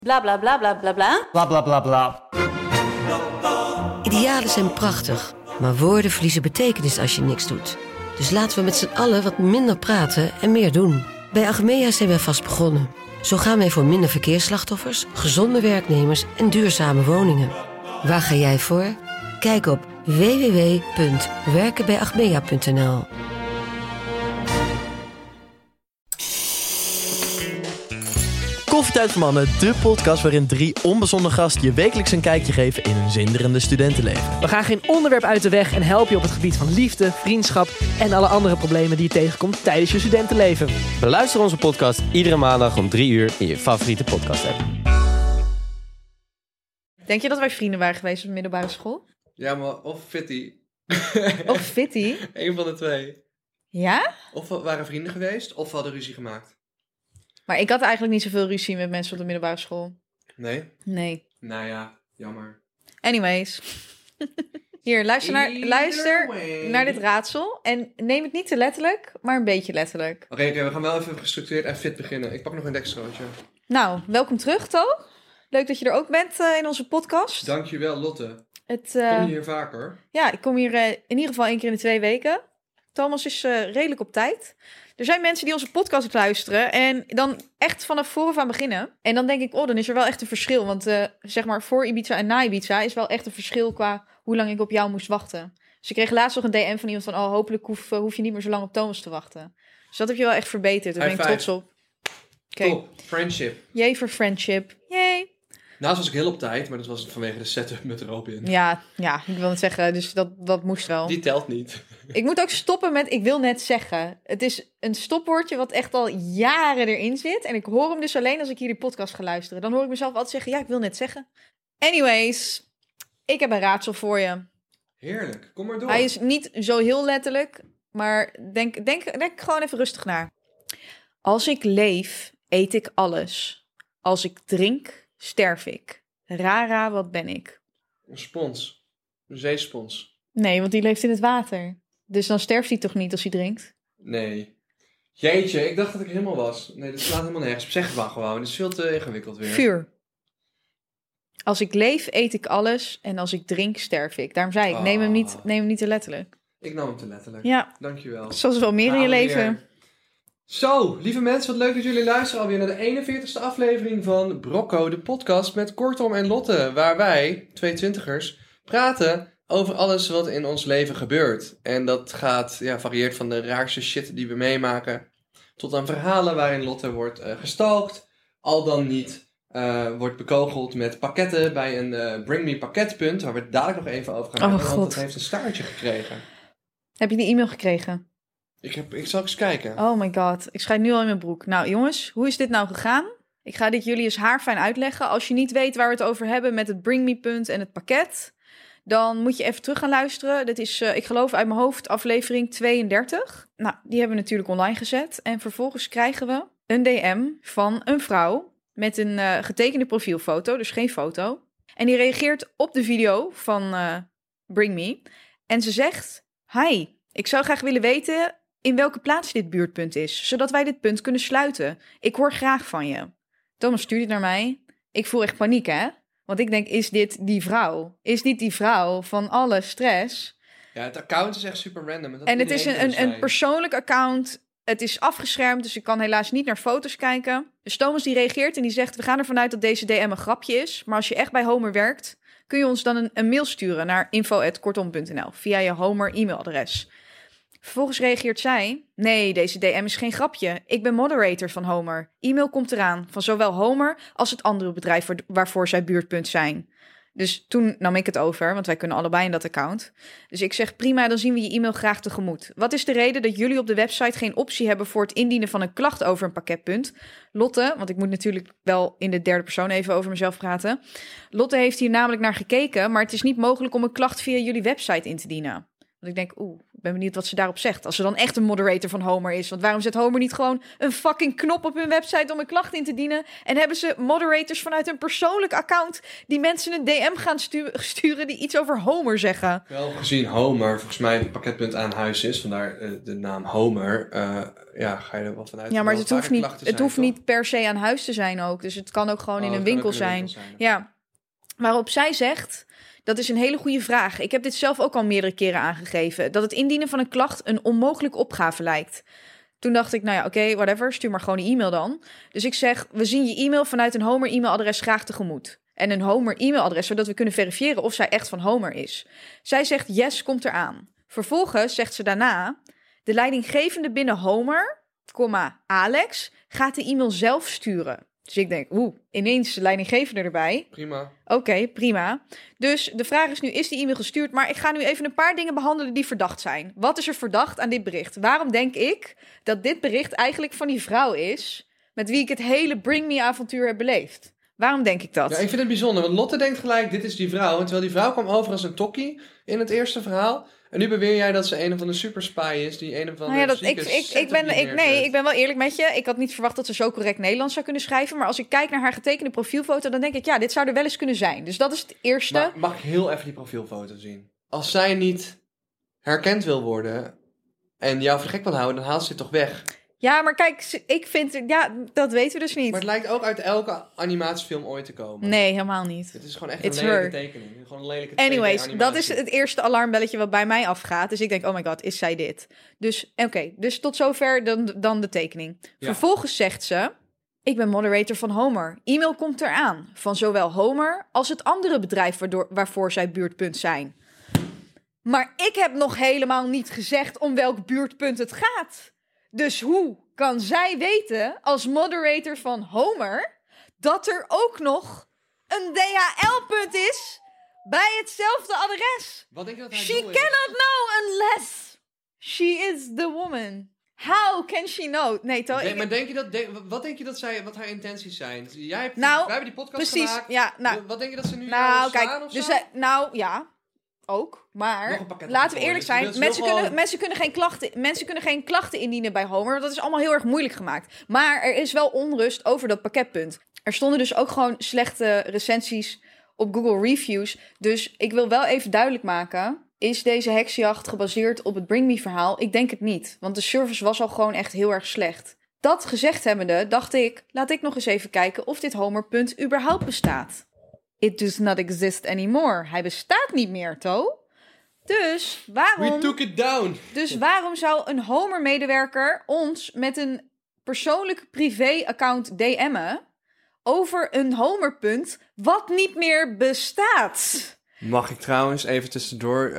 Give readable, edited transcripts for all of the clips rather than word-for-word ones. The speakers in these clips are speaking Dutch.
Bla bla bla bla bla bla. Bla bla bla bla. Idealen zijn prachtig, maar woorden verliezen betekenis als je niks doet. Dus laten we met z'n allen wat minder praten en meer doen. Bij Achmea zijn wij vast begonnen. Zo gaan wij voor minder verkeersslachtoffers, gezonde werknemers en duurzame woningen. Waar ga jij voor? Kijk op www.werkenbijachmea.nl. Koffietijd voor Mannen, de podcast waarin 3 onbezonnen gasten je wekelijks een kijkje geven in hun zinderende studentenleven. We gaan geen onderwerp uit de weg en helpen je op het gebied van liefde, vriendschap en alle andere problemen die je tegenkomt tijdens je studentenleven. Beluister onze podcast iedere maandag om 3 uur in je favoriete podcast app. Denk je dat wij vrienden waren geweest op de middelbare school? Ja, maar of Fitty. Of Fitty? Eén van de twee. Ja? Of we waren vrienden geweest, of we hadden ruzie gemaakt. Maar ik had eigenlijk niet zoveel ruzie met mensen op de middelbare school. Nee? Nee. Nou ja, jammer. Anyways. Hier, luister naar dit raadsel. En neem het niet te letterlijk, maar een beetje letterlijk. Oké, we gaan wel even gestructureerd en fit beginnen. Ik pak nog een dekstrootje. Nou, welkom terug, To. Leuk dat je er ook bent in onze podcast. Dankjewel, Lotte. Kom je hier vaker? Ja, ik kom hier in ieder geval 1 keer in de 2 weken. Thomas is redelijk op tijd. Er zijn mensen die onze podcast luisteren en dan echt vanaf vooraf aan beginnen. En dan denk ik, dan is er wel echt een verschil. Want zeg maar voor Ibiza en na Ibiza is wel echt een verschil qua hoe lang ik op jou moest wachten. Dus ik kreeg laatst nog een DM van iemand van, hopelijk hoef je niet meer zo lang op Thomas te wachten. Dus dat heb je wel echt verbeterd. Daar ben ik trots op. Okay. Top, friendship. Yay voor friendship. Yay. Naast was ik heel op tijd, maar dat was vanwege de setup met de roop in. Ja, ik wil het zeggen, dus dat moest wel. Die telt niet. Ik moet ook stoppen met ik wil net zeggen. Het is een stopwoordje wat echt al jaren erin zit. En ik hoor hem dus alleen als ik hier die podcast ga luisteren. Dan hoor ik mezelf altijd zeggen, ik wil net zeggen. Anyways, ik heb een raadsel voor je. Heerlijk, kom maar door. Hij is niet zo heel letterlijk, maar denk gewoon even rustig na. Als ik leef, eet ik alles. Als ik drink, sterf ik. Rara, wat ben ik? Een spons. Een zeespons. Nee, want die leeft in het water. Dus dan sterft hij toch niet als hij drinkt? Nee. Jeetje, ik dacht dat ik helemaal was. Nee, dat slaat helemaal nergens. Zeg het maar gewoon. Het is veel te ingewikkeld weer. Vuur. Als ik leef, eet ik alles. En als ik drink, sterf ik. Daarom zei ik, neem hem niet te letterlijk. Ik nam hem te letterlijk. Ja. Dankjewel. Zoals wel meer in je leven. Zo, lieve mensen, wat leuk dat jullie luisteren alweer naar de 41ste aflevering van Brocco, de podcast met Kortom en Lotte. Waar wij, 22ers, praten over alles wat in ons leven gebeurt. En dat varieert van de raarste shit die we meemaken, tot aan verhalen waarin Lotte wordt gestalkt, al dan niet wordt bekogeld met pakketten bij een Bring Me pakketpunt, waar we het dadelijk nog even over gaan hebben, want dat heeft een staartje gekregen. Heb je die e-mail gekregen? Ik zal eens kijken. Oh my god, ik schijt nu al in mijn broek. Nou jongens, hoe is dit nou gegaan? Ik ga dit jullie eens haarfijn uitleggen. Als je niet weet waar we het over hebben met het Bring Me punt en het pakket, dan moet je even terug gaan luisteren. Dit is, ik geloof uit mijn hoofd, aflevering 32. Nou, die hebben we natuurlijk online gezet. En vervolgens krijgen we een DM van een vrouw met een getekende profielfoto, dus geen foto. En die reageert op de video van Bring Me. En ze zegt, hi, ik zou graag willen weten in welke plaats dit buurtpunt is, zodat wij dit punt kunnen sluiten. Ik hoor graag van je. Thomas stuurt het naar mij. Ik voel echt paniek, hè? Want ik denk, is dit die vrouw? Is dit die vrouw van alle stress? Ja, het account is echt super random. En het is een persoonlijk account. Het is afgeschermd, dus ik kan helaas niet naar foto's kijken. Dus Thomas die reageert en die zegt, we gaan ervan uit dat deze DM een grapje is. Maar als je echt bij Homer werkt, kun je ons dan een mail sturen naar info@kortom.nl via je Homer e-mailadres. Vervolgens reageert zij, nee, deze DM is geen grapje. Ik ben moderator van Homer. E-mail komt eraan van zowel Homer als het andere bedrijf waarvoor zij buurtpunt zijn. Dus toen nam ik het over, want wij kunnen allebei in dat account. Dus ik zeg, prima, dan zien we je e-mail graag tegemoet. Wat is de reden dat jullie op de website geen optie hebben voor het indienen van een klacht over een pakketpunt? Lotte, want ik moet natuurlijk wel in de derde persoon even over mezelf praten. Lotte heeft hier namelijk naar gekeken, maar het is niet mogelijk om een klacht via jullie website in te dienen. Want ik denk, ben benieuwd wat ze daarop zegt. Als ze dan echt een moderator van Homer is. Want waarom zet Homer niet gewoon een fucking knop op hun website om een klacht in te dienen? En hebben ze moderators vanuit een persoonlijk account die mensen een DM gaan sturen die iets over Homer zeggen? Wel gezien Homer, volgens mij een pakketpunt aan huis is, vandaar de naam Homer. Ga je er wel vanuit. Ja, maar het hoeft niet per se aan huis te zijn ook. Dus het kan ook gewoon in een winkel zijn. Ja, waarop zij zegt... Dat is een hele goede vraag. Ik heb dit zelf ook al meerdere keren aangegeven. Dat het indienen van een klacht een onmogelijke opgave lijkt. Toen dacht ik, oké, whatever, stuur maar gewoon die e-mail dan. Dus ik zeg, we zien je e-mail vanuit een Homer e-mailadres graag tegemoet. En een Homer e-mailadres, zodat we kunnen verifiëren of zij echt van Homer is. Zij zegt, yes, komt eraan. Vervolgens zegt ze daarna, de leidinggevende binnen Homer, Alex, gaat de e-mail zelf sturen. Dus ik denk, ineens de leidinggevende erbij. Prima. Oké, prima. Dus de vraag is nu, is die e-mail gestuurd? Maar ik ga nu even een paar dingen behandelen die verdacht zijn. Wat is er verdacht aan dit bericht? Waarom denk ik dat dit bericht eigenlijk van die vrouw is met wie ik het hele Bring Me avontuur heb beleefd? Waarom denk ik dat? Ja, ik vind het bijzonder, want Lotte denkt gelijk, dit is die vrouw. En terwijl die vrouw kwam over als een tokkie in het eerste verhaal. En nu beweer jij dat ze een of andere superspy is die een of andere ik ben wel eerlijk met je. Ik had niet verwacht dat ze zo correct Nederlands zou kunnen schrijven. Maar als ik kijk naar haar getekende profielfoto, dan denk ik, dit zou er wel eens kunnen zijn. Dus dat is het eerste. Maar mag ik heel even die profielfoto zien? Als zij niet herkend wil worden en jou voor de gek wil houden, dan haalt ze dit toch weg? Ja, maar kijk, ik vind... Ja, dat weten we dus niet. Maar het lijkt ook uit elke animatiefilm ooit te komen. Nee, helemaal niet. Het is gewoon echt een lelijke tekening. Gewoon een lelijke Anyways, dat is het eerste alarmbelletje wat bij mij afgaat. Dus ik denk, oh my god, is zij dit? Dus oké, dus tot zover dan de tekening. Ja. Vervolgens zegt ze, ik ben moderator van Homer. E-mail komt eraan. Van zowel Homer als het andere bedrijf waarvoor zij buurtpunt zijn. Maar ik heb nog helemaal niet gezegd om welk buurtpunt het gaat. Dus hoe kan zij weten, als moderator van Homer, dat er ook nog een DHL-punt is bij hetzelfde adres? Wat denk je dat She cannot know unless she is the woman. How can she know? Nee, toch? Maar wat denk je wat haar intenties zijn? Wij hebben die podcast gemaakt. Ja, wat denk je dat ze nu slaan of zo? Ja. Ook, maar laten we eerlijk zijn, mensen kunnen geen klachten indienen bij Homer, want dat is allemaal heel erg moeilijk gemaakt. Maar er is wel onrust over dat pakketpunt. Er stonden dus ook gewoon slechte recensies op Google Reviews, dus ik wil wel even duidelijk maken, is deze heksenjacht gebaseerd op het Bring Me verhaal? Ik denk het niet, want de service was al gewoon echt heel erg slecht. Dat gezegd hebbende, dacht ik, laat ik nog eens even kijken of dit Homerpunt überhaupt bestaat. It does not exist anymore. Hij bestaat niet meer, To. Dus waarom... We took it down. Dus waarom zou een Homer-medewerker ons met een persoonlijk privé-account DM'en over een Homerpunt wat niet meer bestaat? Mag ik trouwens even tussendoor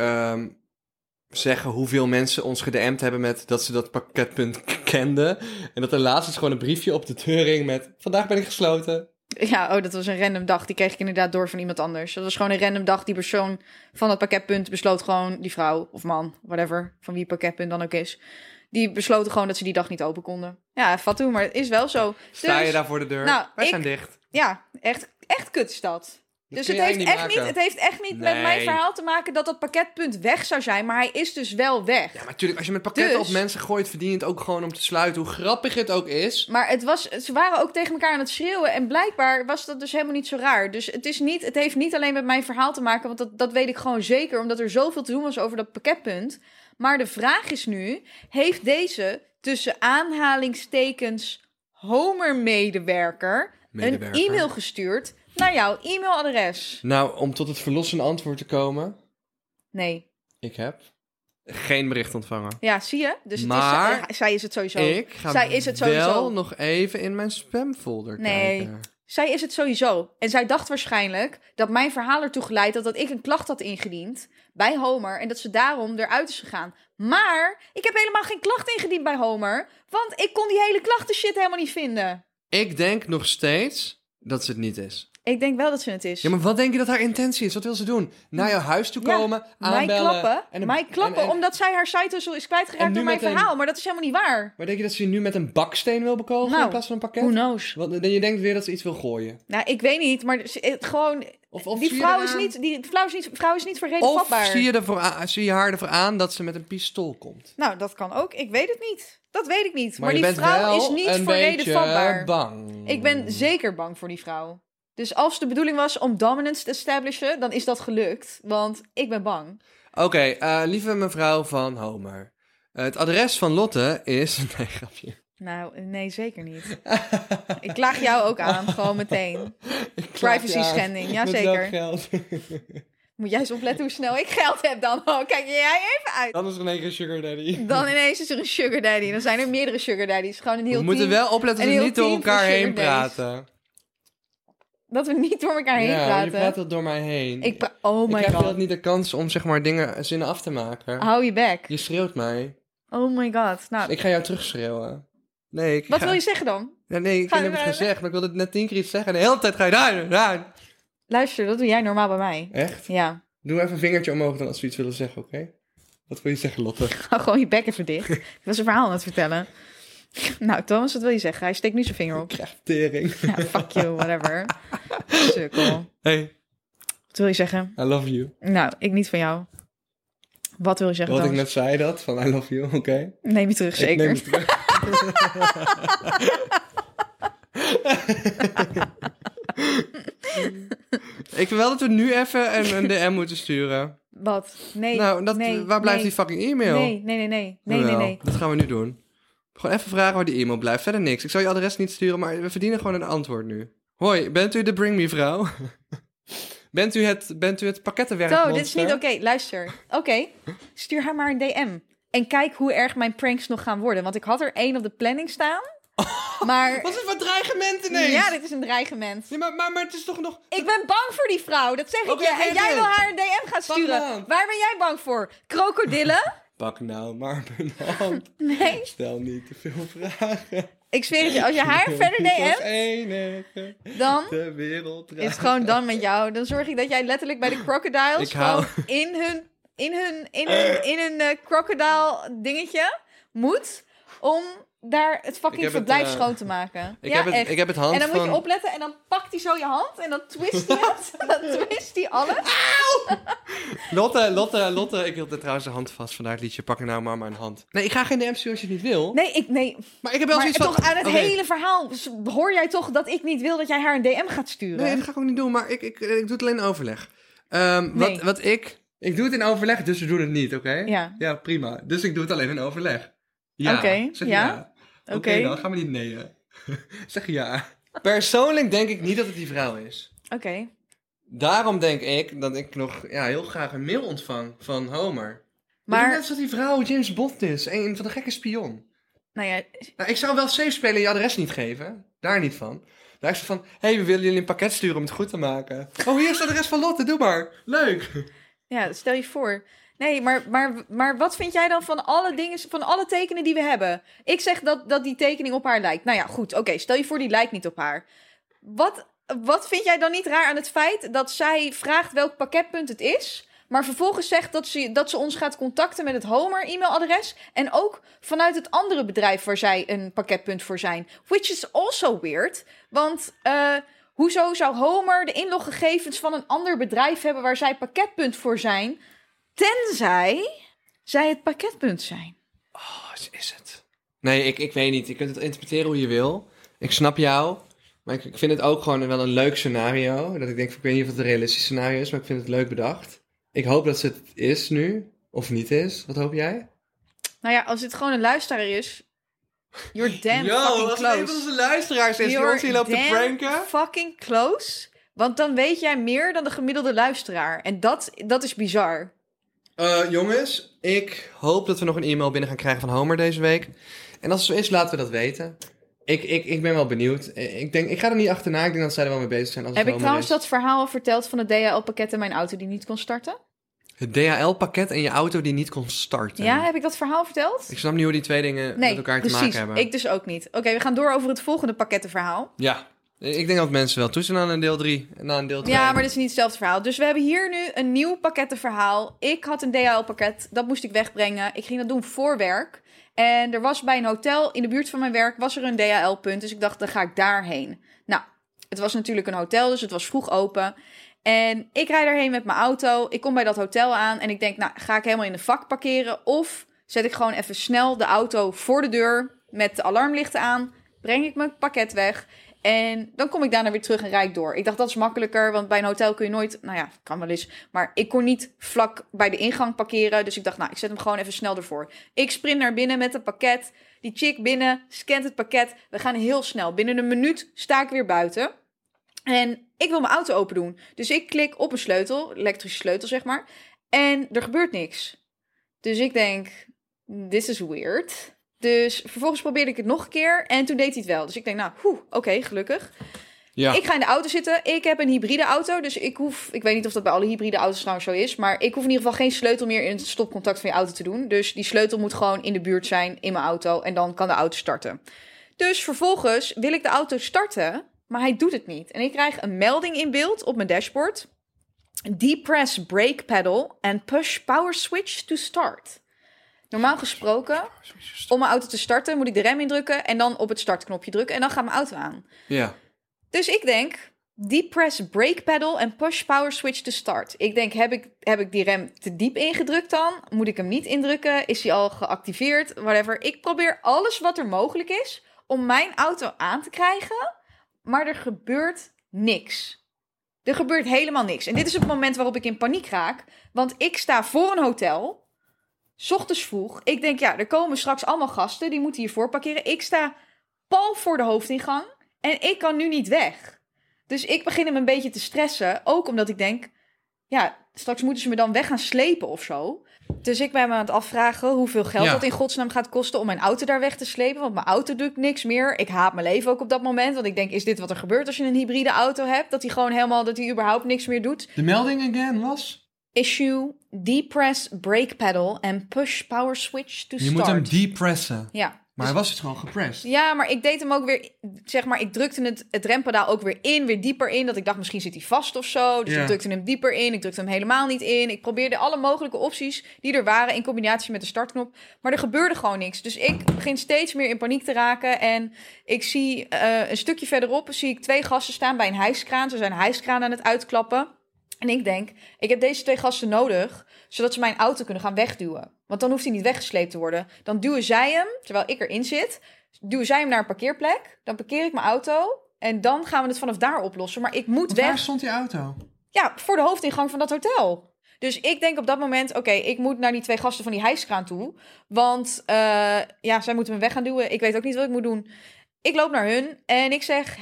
zeggen hoeveel mensen ons gedM'd hebben met dat ze dat pakketpunt kenden? En dat er laatst is gewoon een briefje op de deur hing met, vandaag ben ik gesloten. Ja, dat was een random dag. Die kreeg ik inderdaad door van iemand anders. Dat was gewoon een random dag. Die persoon van het pakketpunt besloot gewoon, die vrouw of man, whatever, van wie het pakketpunt dan ook is. Die besloten gewoon dat ze die dag niet open konden. Ja, fatu, maar het is wel zo. Sta je daar voor de deur? Wij zijn dicht. Ja, echt kut is dat. Dus het heeft echt niet met mijn verhaal te maken dat dat pakketpunt weg zou zijn. Maar hij is dus wel weg. Ja, maar natuurlijk, als je met pakketten op mensen gooit, verdien je het ook gewoon om te sluiten. Hoe grappig het ook is. Maar ze waren ook tegen elkaar aan het schreeuwen. En blijkbaar was dat dus helemaal niet zo raar. Dus het heeft niet alleen met mijn verhaal te maken. Want dat weet ik gewoon zeker. Omdat er zoveel te doen was over dat pakketpunt. Maar de vraag is nu, heeft deze tussen aanhalingstekens Homer-medewerker een e-mail gestuurd naar jouw e-mailadres? Nou, om tot het verlossende antwoord te komen. Nee. Ik heb geen bericht ontvangen. Ja, zie je? Dus zij is het sowieso. Ik ga wel nog even in mijn spamfolder kijken. Zij is het sowieso. En zij dacht waarschijnlijk dat mijn verhaal ertoe geleid had dat ik een klacht had ingediend bij Homer en dat ze daarom eruit is gegaan. Maar ik heb helemaal geen klacht ingediend bij Homer, want ik kon die hele klachten shit helemaal niet vinden. Ik denk nog steeds dat ze het niet is. Ik denk wel dat ze het is. Ja, maar wat denk je dat haar intentie is? Wat wil ze doen? Naar jouw huis toe komen, aanbellen? Mij klappen, omdat zij haar side-hustle is kwijtgeraakt door mijn verhaal. Maar dat is helemaal niet waar. Maar denk je dat ze je nu met een baksteen wil bekogelen in plaats van een pakket? Who knows? Je denkt weer dat ze iets wil gooien. Nou, ik weet niet, maar gewoon... Of Die zie je vrouw eraan- is niet voor reden Of vatbaar. zie je haar ervoor aan dat ze met een pistool komt. Nou, dat kan ook. Ik weet het niet. Dat weet ik niet. Maar je die bent vrouw wel is niet een voor reden beetje vatbaar. bang. Ik ben zeker bang voor die vrouw. Dus als de bedoeling was om dominance te establishen, dan is dat gelukt. Want ik ben bang. Oké, lieve mevrouw van Homer. Het adres van Lotte is... Nee, grapje. Nou, nee, zeker niet. Ik klaag jou ook aan, gewoon meteen. Privacy schending, jazeker. Geld. Moet jij eens opletten hoe snel ik geld heb dan. Oh, kijk jij even uit. Dan is er ineens een sugar daddy. Dan ineens is er een sugar daddy. Dan zijn er meerdere sugar daddies. Gewoon een heel We moeten team. wel opletten een dat we heel niet door team elkaar van heen sugar daddies. praten. Dat we niet door elkaar heen Ja, praten. je praat wel door mij heen. Oh ik my krijg god. wel niet de kans om zeg maar zinnen af te maken. Hou je bek. Je schreeuwt mij. Oh my god. Nou, Ik ga jou terugschreeuwen. Nee, wat wil je zeggen dan? Ja, nee, ik Ga- heb het gezegd, maar ik wilde net 10 keer iets zeggen. En de hele tijd ga je daar. Luister, dat doe jij normaal bij mij. Echt? Ja. Doe even een vingertje omhoog dan als we iets willen zeggen, oké? Wat wil je zeggen, Lotte? Hou gewoon je bek even dicht. Ik was een verhaal aan het vertellen. Nou, Thomas, wat wil je zeggen? Hij steekt nu zijn vinger op. Ik krijg tering. Ja, fuck you, whatever. Sukkel. Hey, Wat wil je zeggen? I love you. Nou, ik niet van jou. Wat wil je zeggen, Wat ik Thomas? net zei dat, van I love you, oké? Neem je terug, Ik zeker. neem het terug. Ik wil wel dat we nu even een DM moeten sturen. Wat? Nee, Nou, nee, waar blijft nee. die fucking e-mail? Nee. Jawel, dat gaan we nu doen. Gewoon even vragen waar die e-mail blijft. Verder niks. Ik zal je adres niet sturen, maar we verdienen gewoon een antwoord nu. Hoi, bent u de Bring Me vrouw? bent u het pakkettenwerkmonster? Zo, dit is niet oké. Luister. Oké, stuur haar maar een DM. En kijk hoe erg mijn pranks nog gaan worden. Want ik had er 1 op de planning staan. Maar Wat is het voor dreigement ineens? ja, dit is een dreigement. Nee, maar het is toch nog... Ik ben bang voor die vrouw, dat zeg ik Oké, je. En geef jij het. wil haar een DM gaan Pak sturen. me aan. Waar ben jij bang voor? Krokodillen? Pak nou maar mijn hand. Nee. Stel niet te veel vragen. Ik zweer het je, als je haar verder Niet als DM't, enige dan de wereld is het gewoon dan met jou. Dan zorg ik dat jij letterlijk bij de crocodiles Ik hou- gewoon in hun crocodile dingetje moet om daar het Ik fucking heb het, verblijf schoon te maken. Ik, Ja, heb echt. ik heb het hand En dan moet je van... opletten en dan pakt hij zo je hand en dan twist hij het. Dan twist hij alles. Lotte, ik hield er trouwens de hand vast. Vandaar het liedje, pak er nou maar mijn hand. Nee, ik ga geen DM sturen als je het niet wil. Nee. Maar ik heb wel Maar zoiets van... toch aan het Oké. hele verhaal hoor jij toch dat ik niet wil dat jij haar een DM gaat sturen? Nee, dat ga ik ook niet doen, maar ik doe het alleen in overleg. Nee. Ik doe het in overleg, dus we doen het niet, oké? Ja. Ja, prima. Dus ik doe het alleen in overleg. Ja. Oké, Zeg ja. ja. Oké, Oké. dan gaan we niet nee. Zeg ja. Persoonlijk denk ik niet dat het die vrouw is. Oké. Daarom denk ik dat ik nog heel graag een mail ontvang van Homer. Maar- Net alsof die vrouw James Bond is. Een van de gekke spion. Nou ja, Nou, ik zou wel safe spelen en je adres niet geven. Daar niet van. Daar is het van, we willen jullie een pakket sturen om het goed te maken. Oh, hier is het adres van Lotte, doe maar. Leuk. ja, stel je voor. Nee, maar wat vind jij dan van alle dingen, van alle tekenen die we hebben? Ik zeg dat die tekening op haar lijkt. Nou ja, goed, oké, stel je voor die lijkt niet op haar. Wat vind jij dan niet raar aan het feit dat zij vraagt welk pakketpunt het is, maar vervolgens zegt dat ze ons gaat contacten met het Homer e-mailadres en ook vanuit het andere bedrijf waar zij een pakketpunt voor zijn? Which is also weird, want hoezo zou Homer de inloggegevens van een ander bedrijf hebben waar zij pakketpunt voor zijn, tenzij zij het pakketpunt zijn? Oh, is het? Nee, ik weet niet. Je kunt het interpreteren hoe je wil. Ik snap jou. Maar ik vind het ook gewoon wel een leuk scenario. Dat ik denk, ik weet niet of het een realistisch scenario is, maar ik vind het leuk bedacht. Ik hoop dat ze het is nu, of niet is. Wat hoop jij? Nou ja, als dit gewoon een luisteraar is, you're damn fucking als het close. een van onze luisteraars is die You're ons hier loopt te damn pranken. fucking close. Want dan weet jij meer dan de gemiddelde luisteraar. En dat is bizar. Jongens, ik hoop dat we nog een e-mail binnen gaan krijgen van Homer deze week. En als het zo is, laten we dat weten. Ik ben wel benieuwd. Ik ga er niet achterna. Ik denk dat zij er wel mee bezig zijn. Als Heb het ik Homer trouwens is. dat verhaal verteld van het DHL-pakket en mijn auto die niet kon starten? Het DHL-pakket en je auto die niet kon starten. Ja, heb ik dat verhaal verteld? Ik snap niet hoe die twee dingen met elkaar te maken hebben. Ik dus ook niet. Oké, we gaan door over het volgende pakkettenverhaal. Ja, ik denk dat mensen wel toe zijn aan een deel 3 en aan een deel 2. Ja, maar dit is niet hetzelfde verhaal. Dus we hebben hier nu een nieuw pakkettenverhaal. Ik had een DHL-pakket, dat moest ik wegbrengen. Ik ging dat doen voor werk. En er was bij een hotel in de buurt van mijn werk was er een DHL-punt. Dus ik dacht, dan ga ik daarheen. Nou, het was natuurlijk een hotel, dus het was vroeg open. En ik rijd daarheen met mijn auto. Ik kom bij dat hotel aan en ik denk, nou, ga ik helemaal in de vak parkeren? Of zet ik gewoon even snel de auto voor de deur met de alarmlichten aan, breng ik mijn pakket weg en dan kom ik daarna weer terug en rijd door. Ik dacht, dat is makkelijker, want bij een hotel kun je nooit, nou ja, kan wel eens, maar ik kon niet vlak bij de ingang parkeren. Dus ik dacht, nou, ik zet hem gewoon even snel ervoor. Ik sprint naar binnen met het pakket. Die chick binnen, scant het pakket. We gaan heel snel. Binnen een minuut sta ik weer buiten. En ik wil mijn auto open doen. Dus ik klik op een sleutel, elektrische sleutel zeg maar. En er gebeurt niks. Dus ik denk, this is weird. Dus vervolgens probeerde ik het nog een keer en toen deed hij het wel. Dus ik denk, nou, oké, gelukkig. Ja. Ik ga in de auto zitten. Ik heb een hybride auto, dus ik weet niet of dat bij alle hybride auto's trouwens zo is, maar ik hoef in ieder geval geen sleutel meer in het stopcontact van je auto te doen. Dus die sleutel moet gewoon in de buurt zijn in mijn auto en dan kan de auto starten. Dus vervolgens wil ik de auto starten, maar hij doet het niet. En ik krijg een melding in beeld op mijn dashboard. Depress brake pedal and push power switch to start. Normaal gesproken, om mijn auto te starten, moet ik de rem indrukken en dan op het startknopje drukken en dan gaat mijn auto aan. Ja. Dus ik denk, depress brake pedal and push power switch to start. Ik denk, heb ik die rem te diep ingedrukt dan? Moet ik hem niet indrukken? Is hij al geactiveerd? Whatever. Ik probeer alles wat er mogelijk is om mijn auto aan te krijgen, maar er gebeurt niks. Er gebeurt helemaal niks. En dit is het moment waarop ik in paniek raak, want ik sta voor een hotel, 's ochtends vroeg. Ik denk, ja, er komen straks allemaal gasten, die moeten hiervoor parkeren. Ik sta pal voor de hoofdingang en ik kan nu niet weg. Dus ik begin hem een beetje te stressen, ook omdat ik denk, ja, straks moeten ze me dan weg gaan slepen of zo. Dus ik ben me aan het afvragen hoeveel geld dat in godsnaam gaat kosten om mijn auto daar weg te slepen. Want mijn auto doet niks meer. Ik haat mijn leven ook op dat moment. Want ik denk, is dit wat er gebeurt als je een hybride auto hebt? Dat hij überhaupt niks meer doet. De melding again was? Issue, depress brake pedal and push power switch to start. Je moet hem depressen. Ja. Maar hij was het gewoon gepressed. Ja, maar ik deed hem ook weer, zeg maar, ik drukte het rempedaal ook weer dieper in. Dat ik dacht, misschien zit hij vast of zo. Dus ik drukte hem dieper in. Ik drukte hem helemaal niet in. Ik probeerde alle mogelijke opties die er waren in combinatie met de startknop. Maar er gebeurde gewoon niks. Dus ik begin steeds meer in paniek te raken. En ik zie een stukje verderop, zie ik 2 gasten staan bij een hijskraan. Ze zijn een hijskraan aan het uitklappen. En ik denk, ik heb deze 2 gasten nodig, zodat ze mijn auto kunnen gaan wegduwen. Want dan hoeft hij niet weggesleept te worden. Dan duwen zij hem, terwijl ik erin zit, duwen zij hem naar een parkeerplek. Dan parkeer ik mijn auto en dan gaan we het vanaf daar oplossen. Maar ik moet weg. Waar stond die auto? Ja, voor de hoofdingang van dat hotel. Dus ik denk op dat moment, oké, ik moet naar die 2 gasten van die hijskraan toe. Want zij moeten me weg gaan duwen. Ik weet ook niet wat ik moet doen. Ik loop naar hun en ik zeg,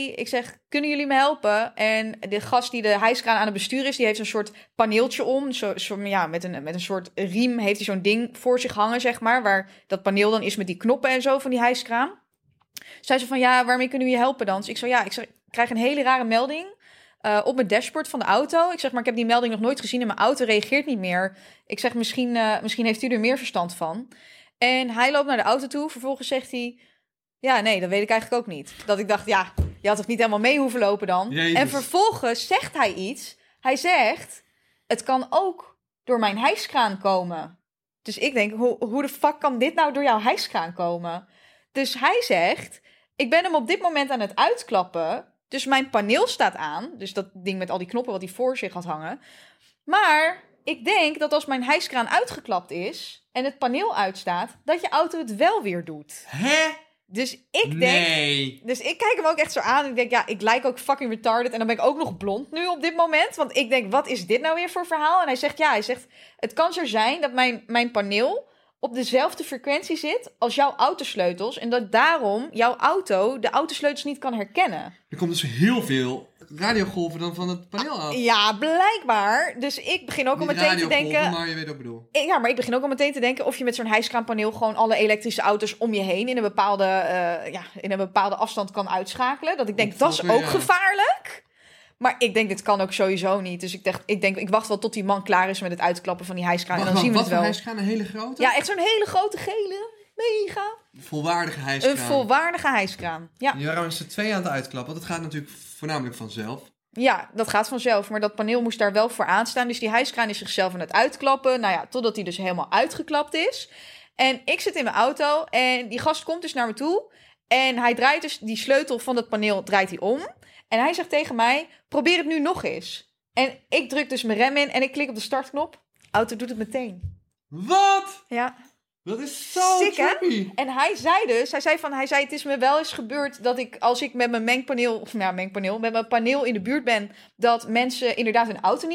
kunnen jullie me helpen? En de gast die de hijskraan aan het besturen is, die heeft een soort paneeltje om. Met een soort riem heeft hij zo'n ding voor zich hangen, zeg maar. Waar dat paneel dan is met die knoppen en zo van die hijskraan. Zei ze van, ja, waarmee kunnen we je helpen dan? Dus ik krijg een hele rare melding op mijn dashboard van de auto. Ik zeg, maar ik heb die melding nog nooit gezien en mijn auto reageert niet meer. Ik zeg, misschien heeft u er meer verstand van. En hij loopt naar de auto toe. Vervolgens zegt hij, ja, nee, dat weet ik eigenlijk ook niet. Dat ik dacht, ja, je had toch niet helemaal mee hoeven lopen dan? Jezus. En vervolgens zegt hij iets. Hij zegt, het kan ook door mijn hijskraan komen. Dus ik denk, hoe de fuck kan dit nou door jouw hijskraan komen? Dus hij zegt, ik ben hem op dit moment aan het uitklappen. Dus mijn paneel staat aan. Dus dat ding met al die knoppen wat hij voor zich had hangen. Maar ik denk dat als mijn hijskraan uitgeklapt is en het paneel uitstaat, dat je auto het wel weer doet. Hè? Dus ik denk... Nee. Dus ik kijk hem ook echt zo aan. En ik denk, ja, ik lijk ook fucking retarded. En dan ben ik ook nog blond nu op dit moment. Want ik denk, wat is dit nou weer voor verhaal? En hij zegt, het kan zo zijn dat mijn paneel op dezelfde frequentie zit als jouw autosleutels. En dat daarom jouw auto de autosleutels niet kan herkennen. Er komt dus heel veel radiogolven dan van het paneel af. Ja, blijkbaar. Dus ik begin ook al meteen te denken... maar je weet wat ik bedoel. Ja, maar ik begin ook al meteen te denken of je met zo'n hijskraanpaneel gewoon alle elektrische auto's om je heen in een bepaalde afstand kan uitschakelen. Dat ik denk, dat is ook gevaarlijk. Maar ik denk, dit kan ook sowieso niet. Dus ik wacht wel tot die man klaar is met het uitklappen van die hijskraan. En dan zien we het wel. Wat voor hijskraan? Een hele grote? Ja, echt zo'n hele grote gele. Mega. Volwaardige hijskraan. Een volwaardige hijskraan, ja. Die waren met z'n 2 aan het uitklappen. Want het gaat natuurlijk voornamelijk vanzelf. Ja, dat gaat vanzelf. Maar dat paneel moest daar wel voor aanstaan. Dus die hijskraan is zichzelf aan het uitklappen. Nou ja, totdat hij dus helemaal uitgeklapt is. En ik zit in mijn auto en die gast komt dus naar me toe. En hij draait dus die sleutel van het paneel draait hij om. En hij zegt tegen mij, probeer het nu nog eens. En ik druk dus mijn rem in en ik klik op de startknop. Auto doet het meteen. Wat? Ja. Dat is zo Sick, hè? trippy. En hij zei, het is me wel eens gebeurd dat ik, als ik met mijn met mijn paneel in de buurt ben, dat mensen inderdaad hun auto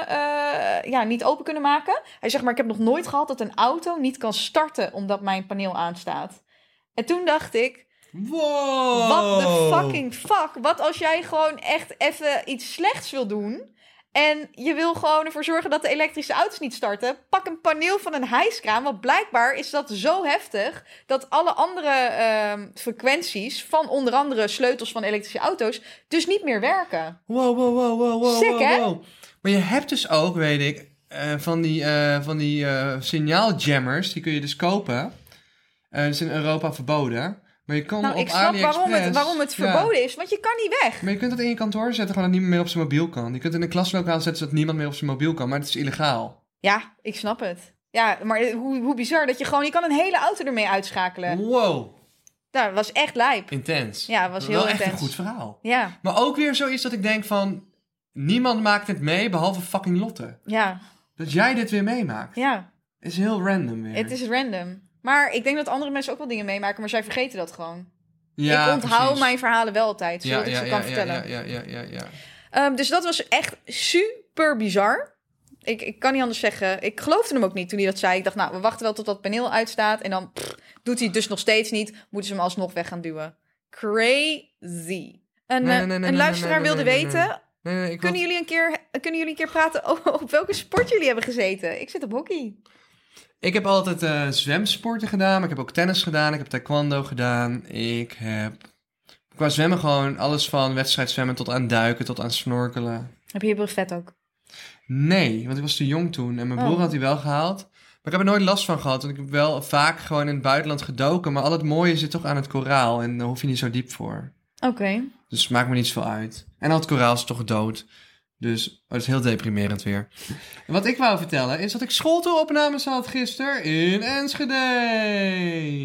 niet open kunnen maken. Hij zegt, maar ik heb nog nooit gehad dat een auto niet kan starten omdat mijn paneel aanstaat. En toen dacht ik, Wow. what the fucking fuck? Wat als jij gewoon echt even iets slechts wil doen en je wil gewoon ervoor zorgen dat de elektrische auto's niet starten? Pak een paneel van een hijskraan, want blijkbaar is dat zo heftig dat alle andere frequenties van onder andere sleutels van elektrische auto's dus niet meer werken. Wow. Sick, hè? Maar je hebt dus ook, weet ik, van die signaaljammers, die kun je dus kopen. Dat is in Europa verboden. Maar je kan Nou, op ik snap AliExpress... waarom het verboden is, want je kan niet weg. Maar je kunt dat in je kantoor zetten, gewoon dat niemand meer op zijn mobiel kan. Je kunt in een klaslokaal zetten zodat niemand meer op zijn mobiel kan, maar het is illegaal. Ja, ik snap het. Ja, maar hoe bizar dat je kan een hele auto ermee uitschakelen. Wow, Nou, dat was echt lijp. intens. Ja, het was heel wel intens. echt een goed verhaal. Ja, Maar ook weer zoiets dat ik denk van, niemand maakt het mee behalve fucking Lotte. ja, Dat jij dit weer meemaakt, ja. is heel random weer. Het is random. Maar ik denk dat andere mensen ook wel dingen meemaken, maar zij vergeten dat gewoon. Ja, ik onthoud precies. mijn verhalen wel altijd, zodat ik ze kan vertellen. Ja. Dus dat was echt super bizar. Ik kan niet anders zeggen. Ik geloofde hem ook niet toen hij dat zei. Ik dacht, nou, we wachten wel tot dat paneel uitstaat. En dan doet hij het dus nog steeds niet. Moeten ze hem alsnog weg gaan duwen. Crazy. Een luisteraar wilde weten... Nee, Kunnen jullie een keer praten op welke sport jullie hebben gezeten? Ik zit op hockey. Ik heb altijd zwemsporten gedaan, maar ik heb ook tennis gedaan. Ik heb taekwondo gedaan. Ik heb qua zwemmen gewoon alles van wedstrijd zwemmen tot aan duiken, tot aan snorkelen. Heb je je brevet ook? Nee, want ik was te jong toen en mijn broer had die wel gehaald. Maar ik heb er nooit last van gehad, want ik heb wel vaak gewoon in het buitenland gedoken. Maar al het mooie zit toch aan het koraal en daar hoef je niet zo diep voor. Oké. Dus het maakt me niet zoveel uit. En al het koraal is toch dood. Dus het is heel deprimerend weer. En wat ik wou vertellen is dat ik schooltouropnames had gisteren in Enschede.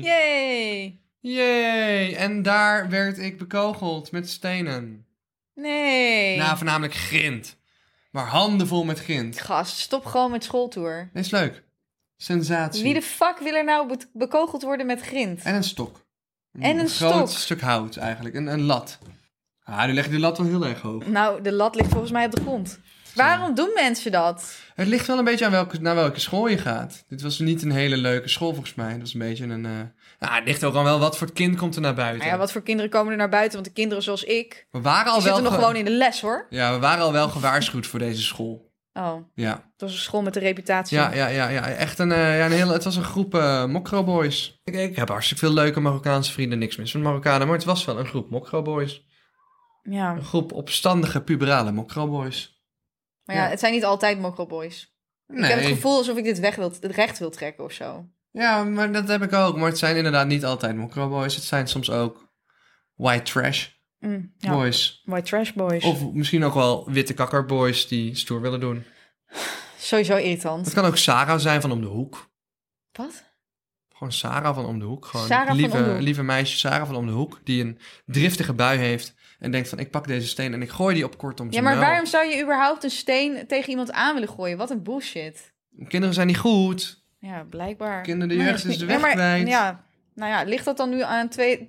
Yay! En daar werd ik bekogeld met stenen. Nee. Nou, voornamelijk grind. Maar handenvol met grind. Gast, stop gewoon met schooltour. Nee, is leuk. Sensatie. Wie de fuck wil er nou bekogeld worden met grind? En een stok. En een groot stok. stuk hout eigenlijk. Een lat. Nu leg je de lat wel heel erg hoog. Nou, de lat ligt volgens mij op de grond. Waarom doen mensen dat? Het ligt wel een beetje aan naar welke school je gaat. Dit was niet een hele leuke school volgens mij. Het was een beetje een... het ligt ook al wel wat voor het kind komt er naar buiten. Nou ja, wat voor kinderen komen er naar buiten? Want de kinderen zoals ik, We waren al die wel zitten nog gewoon in de les, hoor. Ja, we waren al wel gewaarschuwd voor deze school. Oh, Ja. het was een school met een reputatie. Ja. Echt een hele... Het was een groep mokro-boys. Ik heb hartstikke veel leuke Marokkaanse vrienden. Niks mis van Marokkanen, maar het was wel een groep mokro-boys. Ja. Een groep opstandige, puberale mokro-boys. Maar ja, Ja. het zijn niet altijd mokro-boys. Nee. Ik heb het gevoel alsof ik dit het recht wil trekken of zo. Ja, maar dat heb ik ook. Maar het zijn inderdaad niet altijd mokro-boys. Het zijn soms ook white trash Ja. boys. White trash boys. Of misschien ook wel witte kakkerboys die stoer willen doen. Sowieso irritant. Het kan ook Sarah zijn van om de hoek. Wat? Gewoon Sarah van om de hoek. Gewoon Sarah van om de hoek. lieve meisje Sarah van om de hoek. Die een driftige bui heeft. En denkt van ik pak deze steen en ik gooi die op kortom. Ja, maar waarom zou je überhaupt een steen tegen iemand aan willen gooien? Wat een bullshit. Kinderen zijn niet goed. Ja, blijkbaar. De jeugd is de weg kwijt. Ja, nou ja, ligt dat dan nu aan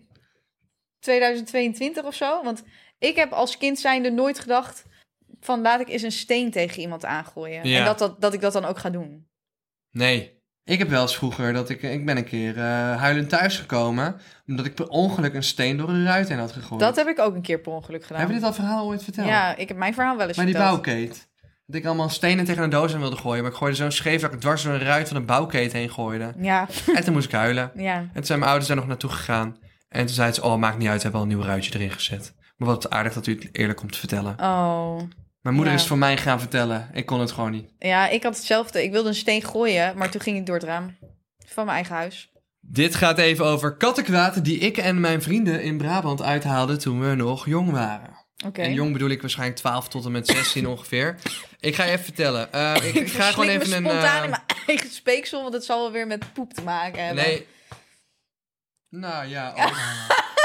2022 of zo? Want ik heb als kind zijnde nooit gedacht van laat ik eens een steen tegen iemand aangooien. Ja. En dat ik dat dan ook ga doen. Nee. Ik heb wel eens vroeger dat ik ben een keer huilend thuisgekomen. Omdat ik per ongeluk een steen door een ruit heen had gegooid. Dat heb ik ook een keer per ongeluk gedaan. Hebben we dit al verhaal ooit verteld? Ja, ik heb mijn verhaal wel eens Maar die verteld. bouwkeet. Dat ik allemaal stenen tegen een doos aan wilde gooien. Maar ik gooide zo'n scheef dat ik dwars door een ruit van een bouwkeet heen gooide. Ja, En toen moest ik huilen. ja. En toen zijn mijn ouders daar nog naartoe gegaan. En toen zeiden ze, maakt niet uit, we hebben al een nieuw ruitje erin gezet. Maar wat aardig dat u het eerlijk komt te vertellen. Oh. Mijn moeder Ja. is het voor mij gaan vertellen. Ik kon het gewoon niet. Ja, ik had hetzelfde. Ik wilde een steen gooien, maar toen ging ik door het raam. Van mijn eigen huis. Dit gaat even over kattenkwaad die ik en mijn vrienden in Brabant uithaalden toen we nog jong waren. Oké. En jong bedoel ik waarschijnlijk 12 tot en met 16 ongeveer. Ik ga je even vertellen. Ik ga gewoon even me een... spontaan in mijn eigen speeksel, want het zal wel weer met poep te maken hebben. Nee. Nou ja,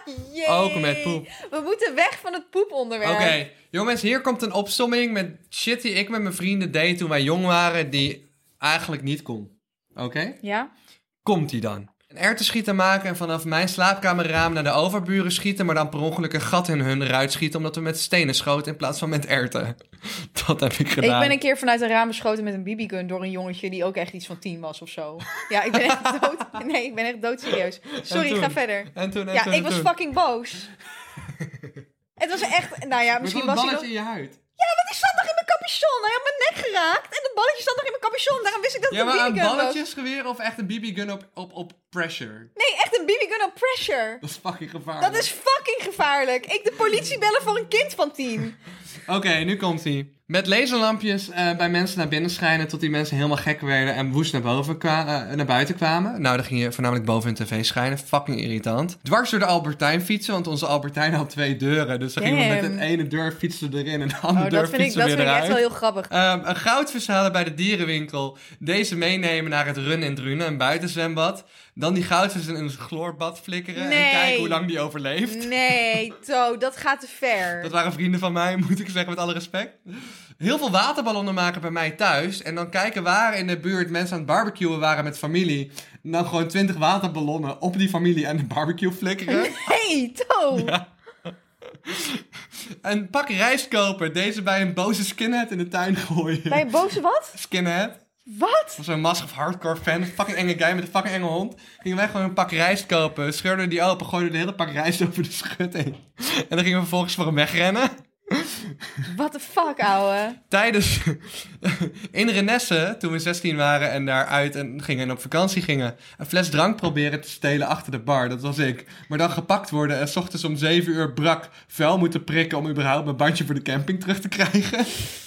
Jee. Ook met poep. We moeten weg van het poeponderwerp. Oké, jongens, hier komt een opsomming met shit die ik met mijn vrienden deed toen wij jong waren, die eigenlijk niet kon. Oké? Ja? Komt-ie dan. Een erwtenschieter maken en vanaf mijn slaapkamerraam naar de overburen schieten, maar dan per ongeluk een gat in hun ruit schieten omdat we met stenen schoten in plaats van met erwten. Dat heb ik gedaan. Ik ben een keer vanuit een raam beschoten met een BB-gun door een jongetje die ook echt iets van 10 was of zo. Ja, ik ben echt dood. Nee, ik ben echt doodserieus. Sorry, ga verder. En toen, Ik was fucking boos. Het was echt, nou ja, misschien was hij nog... in je huid. Ja, want die zat nog in mijn capuchon. Hij had mijn nek geraakt en het balletje zat nog in mijn capuchon. Daarom wist ik dat het Ja, maar een een BB-gun was. balletjesgeweer of echt een BB-gun op pressure? Nee, echt een BB-gun op pressure. Dat is fucking gevaarlijk. Dat is fucking gevaarlijk. Ik de politie bellen voor een kind van 10. Oké, nu komt-ie. Met laserlampjes bij mensen naar binnen schijnen tot die mensen helemaal gek werden en woest naar buiten kwamen. Nou, dan ging je voornamelijk boven hun tv schijnen. Fucking irritant. Dwars door de Albertijn fietsen, want onze Albertijn had 2 deuren. Dus dan gingen we met de ene deur fietsen erin en de andere deur fietsen weer eruit. Dat vind ik echt wel heel grappig. Een goudvis halen bij de dierenwinkel. Deze meenemen naar het Run in Drunen, een buitenzwembad. Dan die goudvis in een chloorbad flikkeren en kijken hoe lang die overleeft. Nee, To, dat gaat te ver. Dat waren vrienden van mij, moet ik zeggen, met alle respect. Heel veel waterballonnen maken bij mij thuis. En dan kijken waar in de buurt mensen aan het barbecuen waren met familie. En dan gewoon 20 waterballonnen op die familie en de barbecue flikkeren. Nee, To! Ja. Een pak rijst kopen. Deze bij een boze skinhead in de tuin gooien. Bij een boze wat? Skinhead. Wat? Was zo'n massive hardcore fan. Een fucking enge guy met een fucking enge hond. Gingen wij gewoon een pak rijst kopen. Scheurden die open. Gooiden de hele pak rijst over de schutting. En dan gingen we vervolgens voor hem wegrennen. What the fuck, ouwe? Tijdens in Renesse, toen we 16 waren en daaruit en gingen en op vakantie gingen, een fles drank proberen te stelen achter de bar. Dat was ik. Maar dan gepakt worden en 's ochtends om 7 uur brak vuil moeten prikken om überhaupt mijn bandje voor de camping terug te krijgen.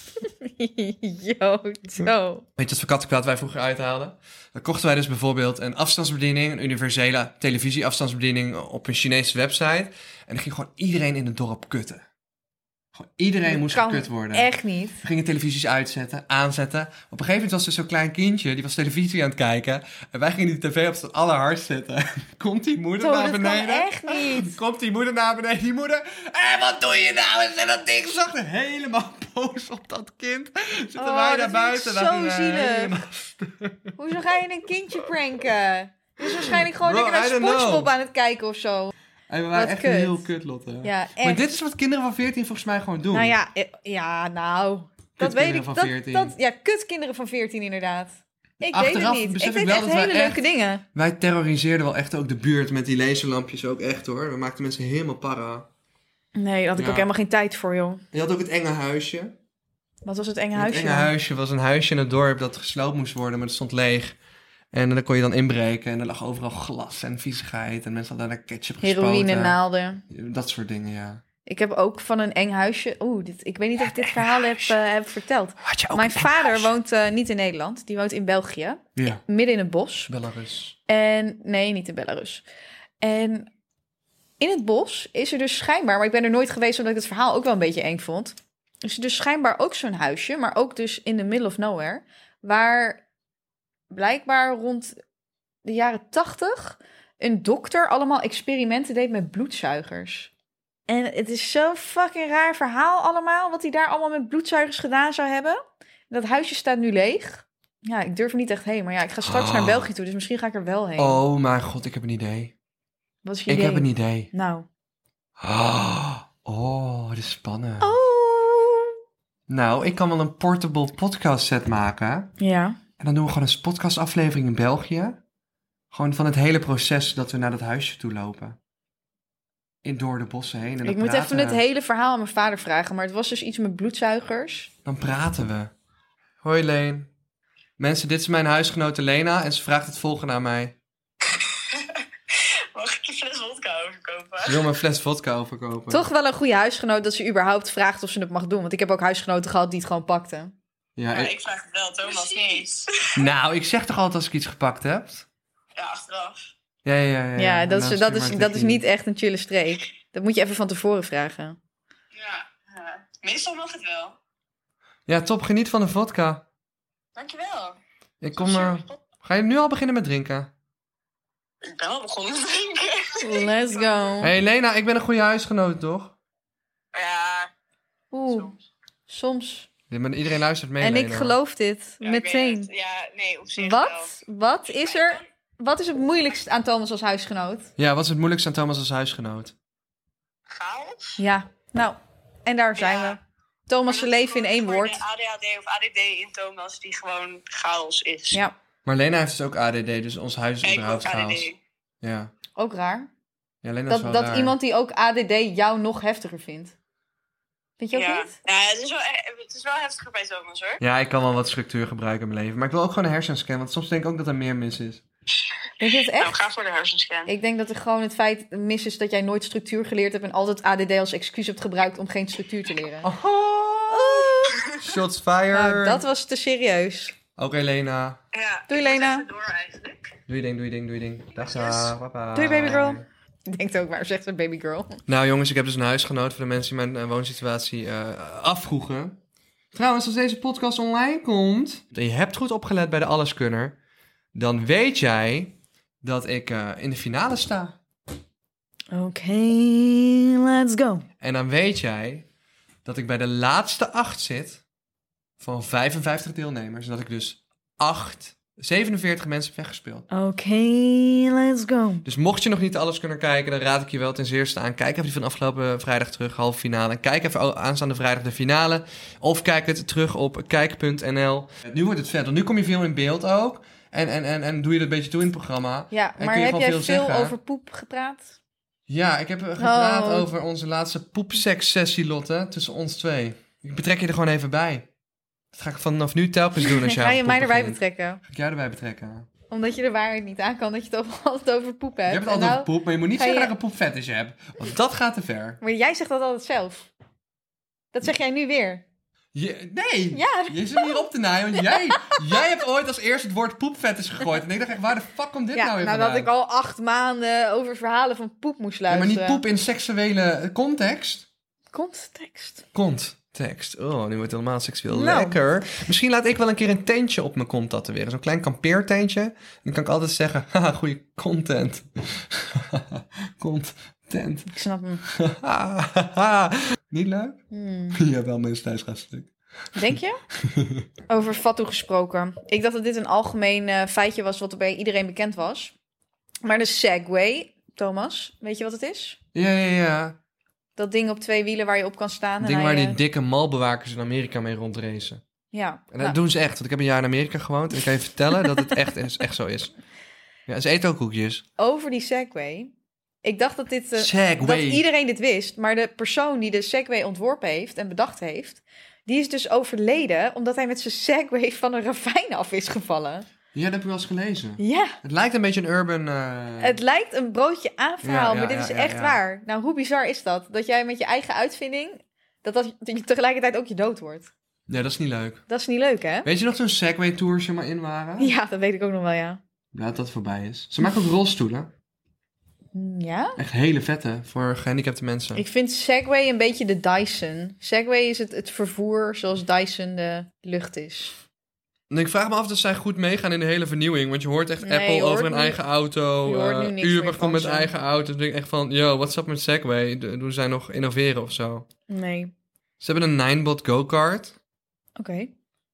Yo, Zo. Weet je wat voor kattenkwaad wij vroeger uithaalden? Dan kochten wij dus bijvoorbeeld een afstandsbediening, een universele televisieafstandsbediening op een Chinese website. En dan ging gewoon iedereen in het dorp kutten. Gewoon iedereen moest gekut worden. Echt niet. We gingen televisies uitzetten, aanzetten. Op een gegeven moment was er zo'n klein kindje, die was televisie aan het kijken. En wij gingen die tv op het allerhardst zetten. Komt die moeder naar beneden? Dat kan echt niet. Komt die moeder naar beneden? Die moeder, wat doe je nou? En ze dat ding zag helemaal boos op dat kind. Zitten wij naar buiten. Dat is zo zielig. Hoezo ga je een kindje pranken? Dus waarschijnlijk gewoon lekker naar SpongeBob aan het kijken of zo. En we waren echt kut. heel kut, Lotte. Ja, echt. Maar dit is wat kinderen van 14 volgens mij gewoon doen. Nou ja, dat weet ik. Van 14. Kutkinderen van 14 inderdaad. Ik Achteraf weet het niet. besef Ik ik deed wel echt dat hele wij leuke dingen. Wij terroriseerden wel echt ook de buurt met die laserlampjes ook echt hoor. We maakten mensen helemaal para. Nee, daar had ik ook helemaal geen tijd voor, joh. Je had ook het enge huisje. Wat was het enge huisje? Het enge huisje was een huisje in het dorp dat gesloopt moest worden, maar dat stond leeg. En dan kon je dan inbreken en er lag overal glas en viezigheid. En mensen hadden daar ketchup gespoten. Heroïne, naalden. Dat soort dingen, ja. Ik heb ook van een eng huisje... ik weet niet of ik dit verhaal heb verteld. Mijn vader woont niet in Nederland. Die woont in België. Ja. Midden in het bos. Belarus. En nee, niet in Belarus. En in het bos is er dus schijnbaar... Maar ik ben er nooit geweest omdat ik het verhaal ook wel een beetje eng vond. Is er dus schijnbaar ook zo'n huisje. Maar ook dus in the middle of nowhere. Waar blijkbaar rond de jaren 80 een dokter allemaal experimenten deed met bloedzuigers. En het is zo'n fucking raar verhaal allemaal, wat hij daar allemaal met bloedzuigers gedaan zou hebben. Dat huisje staat nu leeg. Ja, ik durf er niet echt heen, maar ja, ik ga straks naar België toe, dus misschien ga ik er wel heen. Oh mijn god, ik heb een idee. Wat is je idee? Ik heb een idee. Nou. Oh, wat is spannend. Oh. Nou, ik kan wel een portable podcast set maken. Ja. En dan doen we gewoon een podcastaflevering in België. Gewoon van het hele proces dat we naar dat huisje toe lopen. Door de bossen heen. En ik moet even het hele verhaal aan mijn vader vragen. Maar het was dus iets met bloedzuigers. Dan praten we. Hoi Leen. Mensen, dit is mijn huisgenote Lena. En ze vraagt het volgende aan mij. Mag ik je fles vodka overkopen? Ze wil me een fles vodka overkopen. Toch wel een goede huisgenoot dat ze überhaupt vraagt of ze het mag doen. Want ik heb ook huisgenoten gehad die het gewoon pakten. Ja, ik vraag het wel, Thomas niet. Nou, ik zeg toch altijd als ik iets gepakt heb? Ja, achteraf. Ja, dat is niet echt een chille streek. Dat moet je even van tevoren vragen. Ja, meestal mag het wel. Ja, top. Geniet van de vodka. Dankjewel. Ga je nu al beginnen met drinken? Ik ben al begonnen te drinken. Let's go. Hey Lena, ik ben een goede huisgenoot, toch? Ja, Oeh, soms. Iedereen luistert mee, En Lena. ik geloof dit, ja, ik weet meteen. het. Ja, nee, op zich wel. Wat is het moeilijkst aan Thomas als huisgenoot? Ja, wat is het moeilijkste aan Thomas als huisgenoot? Chaos? Ja, nou, en daar zijn Ja. we. Thomas' Maar zijn dat is leven in één gewoon woord. de ADHD of ADD in Thomas die gewoon chaos is. Ja, Maar Lena heeft dus ook ADD, dus ons huis is Ik überhaupt ook chaos. ADD. Ja. ook raar. Ja, Lena is wel Dat raar. iemand die ook ADD jou nog heftiger vindt. Vind je ook Ja. niet? Ja, het is wel heftiger bij Thomas hoor. Ja, ik kan wel wat structuur gebruiken in mijn leven. Maar ik wil ook gewoon een hersenscan, want soms denk ik ook dat er meer mis is. Denk je het echt? Nou, ga voor de hersenscan. Ik denk dat er gewoon het feit mis is dat jij nooit structuur geleerd hebt en altijd ADD als excuus hebt gebruikt om geen structuur te leren. Shots fired. Nou, dat was te serieus. Oké, Lena. Ja, Doei, ik moet Lena. even door eigenlijk. Doei ding. Dag, papa. Doei, baby girl. Ik denk ook, waar zegt ze baby girl? Nou jongens, ik heb dus een huisgenoot voor de mensen die mijn woonsituatie afvroegen. Trouwens, als deze podcast online komt en je hebt goed opgelet bij de Alleskunner, dan weet jij dat ik in de finale sta. Oké, let's go. En dan weet jij dat ik bij de laatste 8 zit van 55 deelnemers. En dat ik dus 47 mensen heb weggespeeld. Oké, let's go. Dus mocht je nog niet alles kunnen kijken, dan raad ik je wel ten eerste aan. Kijk even die van afgelopen vrijdag terug, halve finale. En kijk even aanstaande vrijdag de finale. Of kijk het terug op kijk.nl. Nu wordt het vet, want nu kom je veel in beeld ook. En doe je dat een beetje toe in het programma. Ja, En maar kun je heb gewoon jij veel veel zeggen. over poep gepraat? Ja, ik heb gepraat Oh. over onze laatste poepseks-sessie, Lotte. Tussen ons twee. Ik betrek je er gewoon even bij. Dat ga ik vanaf nu telkens doen als jij Ga je over mij poep erbij begint. betrekken? Ga ik jou erbij betrekken? Omdat je de waarheid niet aan kan dat je het altijd over poep hebt. Je hebt het En altijd nou- over poep, maar je moet niet ga zeggen je- dat ik een poepfetish heb. Want dat gaat te ver. Maar jij zegt dat altijd zelf. Dat zeg jij nu weer. Nee! Ja. Je zit me hier op te naaien, want jij hebt ooit als eerste het woord poepfetish gegooid. En ik dacht echt, waar de fuck komt dit nou Ja, weer nadat vandaan? ik al 8 maanden over verhalen van poep moest Ja, maar luisteren. niet poep in seksuele context. Context. Context. Oh, nu wordt het helemaal seksueel. Nou. Lekker. Misschien laat ik wel een keer een tentje op mijn kont tatoeëren. Zo'n klein kampeertentje. En dan kan ik altijd zeggen, haha, goeie content. Content. Ik snap hem. Niet leuk? Hmm. Ja, wel mijn thuisgaststuk. Denk je? Over Fatou gesproken. Ik dacht dat dit een algemeen feitje was wat er bij iedereen bekend was. Maar de Segway, Thomas, weet je wat het is? Ja. Dat ding op 2 wielen waar je op kan staan. Het en ding waar hij, die dikke malbewakers in Amerika mee rondracen. Ja. En dat nou, doen ze echt, want ik heb een jaar in Amerika gewoond. En ik kan je vertellen dat het echt zo is. Ja, ze eten ook koekjes. over die Segway. Ik dacht dat dit... Segway. dat iedereen dit wist. Maar de persoon die de Segway ontworpen heeft en bedacht heeft... die is dus overleden omdat hij met zijn Segway van een ravijn af is gevallen. Ja, dat heb ik wel eens gelezen. Ja. Het lijkt een beetje een urban... Het lijkt een broodje aan verhaal, Ja, maar dit is ja, echt ja. waar. Nou, hoe bizar is dat? Dat jij met je eigen uitvinding... dat je tegelijkertijd ook je dood wordt. Ja, dat is niet leuk. Dat is niet leuk, hè? Weet je nog toen Segway Tours er maar in waren? Ja, dat weet ik ook nog wel, ja. Ja, dat voorbij is. Ze maken ook rolstoelen. Ja? Echt hele vette voor gehandicapte mensen. Ik vind Segway een beetje de Dyson. Segway is het vervoer zoals Dyson de lucht is. En ik vraag me af of zij goed meegaan in de hele vernieuwing. Want je hoort echt Nee, Apple je hoort over een nu- eigen auto. je hoort nu niks Uber meer komt van met ze. eigen auto. Dan denk ik echt van, yo, what's up met Segway? Doen zij nog innoveren of zo? Nee. Ze hebben een Ninebot go-kart. Oké.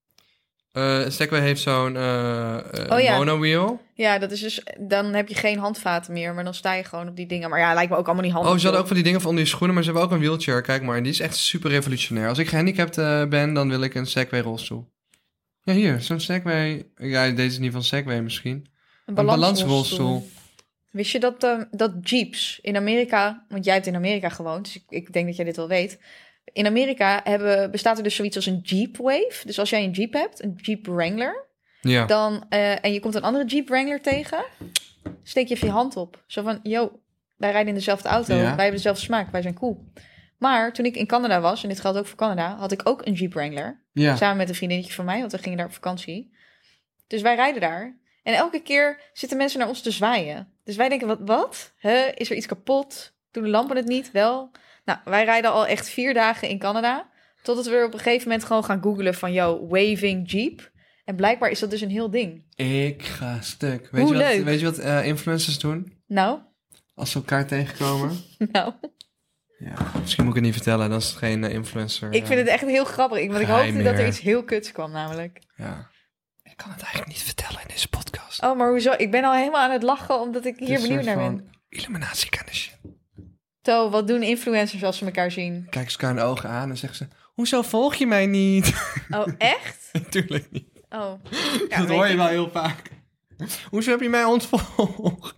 Segway heeft zo'n Oh ja. monowheel. Ja, dat is dus... Dan heb je geen handvaten meer, maar dan sta je gewoon op die dingen. Maar ja, lijkt me ook allemaal niet handig. Oh, ze hadden joh. ook van die dingen van onder je schoenen, maar ze hebben ook een wheelchair. Kijk maar, en die is echt super revolutionair. Als ik gehandicapt ben, dan wil ik een Segway rolstoel. Ja, hier, zo'n Segway. Ja, deze is niet van Segway misschien. Een balansrolstoel. Wist je dat Jeeps in Amerika... Want jij hebt in Amerika gewoond, dus ik denk dat jij dit wel weet. In Amerika bestaat er dus zoiets als een Jeep Wave. Dus als jij een Jeep hebt, een Jeep Wrangler... Ja. Dan, en je komt een andere Jeep Wrangler tegen... steek je even je hand op. Zo van, yo, wij rijden in dezelfde auto. Ja. Wij hebben dezelfde smaak, wij zijn cool. Maar toen ik in Canada was, en dit geldt ook voor Canada... had ik ook een Jeep Wrangler. Ja. Samen met een vriendinnetje van mij, want we gingen daar op vakantie. Dus wij rijden daar. En elke keer zitten mensen naar ons te zwaaien. Dus wij denken, wat? Is er iets kapot? Doen de lampen het niet? Wel? Nou, wij rijden al echt 4 dagen in Canada. Totdat we op een gegeven moment gewoon gaan googlen van... yo, waving Jeep. En blijkbaar is dat dus een heel ding. Ik ga stuk. Hoe leuk. Weet je wat influencers doen? Nou, Als ze elkaar tegenkomen. Nou, Ja, misschien moet ik het niet vertellen. Dan is het geen influencer. ik vind het echt heel grappig. Want ik Geheim hoopte dat er meer. iets heel kuts kwam namelijk. Ja. Ik kan het eigenlijk niet vertellen in deze podcast. Oh, maar hoezo? Ik ben al helemaal aan het lachen omdat ik hier Het is benieuwd een naar soort ben. van Illuminatiekennisje. To, wat doen influencers als ze elkaar zien? Kijken ze elkaar in de ogen aan en zeggen ze... Hoezo volg je mij niet? Oh, echt? Natuurlijk niet. Oh. Ja, dat weet hoor je ik. wel heel vaak. Hoezo heb je mij ontvolgd?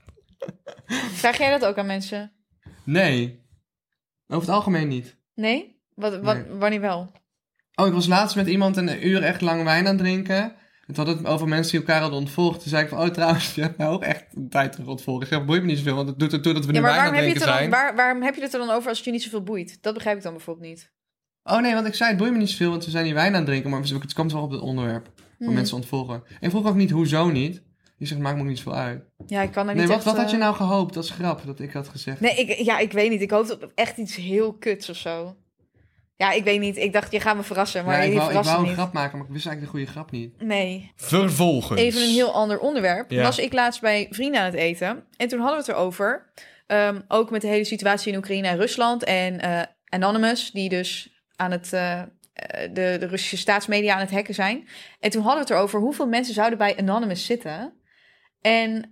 Vraag jij dat ook aan mensen? Nee. Over het algemeen niet. Nee? Nee. Wanneer wel? Oh, ik was laatst met iemand een uur echt lang wijn aan het drinken. En toen had het over mensen die elkaar hadden ontvolgd. Toen zei ik van, oh trouwens, je hebt mij ook echt een tijd terug ontvolgd. Ik zeg, boeit me niet zoveel, want het doet ertoe dat we nu Ja, maar wijn aan waarom het heb, je drinken het zijn. waarom heb je het er dan over als het je niet zoveel boeit? Dat begrijp ik dan bijvoorbeeld niet. Oh nee, want ik zei, het boeit me niet zoveel, want we zijn die wijn aan het drinken. Maar het komt wel op het onderwerp van mensen ontvolgen. En ik vroeg ook niet, hoezo niet? Je zegt, maakt me ook niet zoveel uit. Ja, ik kan er Nee, niet echt... wat had je nou gehoopt als grap dat ik had gezegd? Nee, ik weet niet. Ik hoopte op echt iets heel kuts of zo. Ja, ik weet niet. Ik dacht, je gaat me verrassen, maar ja, ik je wou verrast me een niet. grap maken, maar ik wist eigenlijk de goede grap niet. Nee. Vervolgens. Even een heel ander onderwerp. Ja. Was ik laatst bij vrienden aan het eten. En toen hadden we het erover. Ook met de hele situatie in Oekraïne en Rusland. En Anonymous, die dus aan het... de Russische staatsmedia aan het hacken zijn. En toen hadden we het erover hoeveel mensen zouden bij Anonymous zitten. En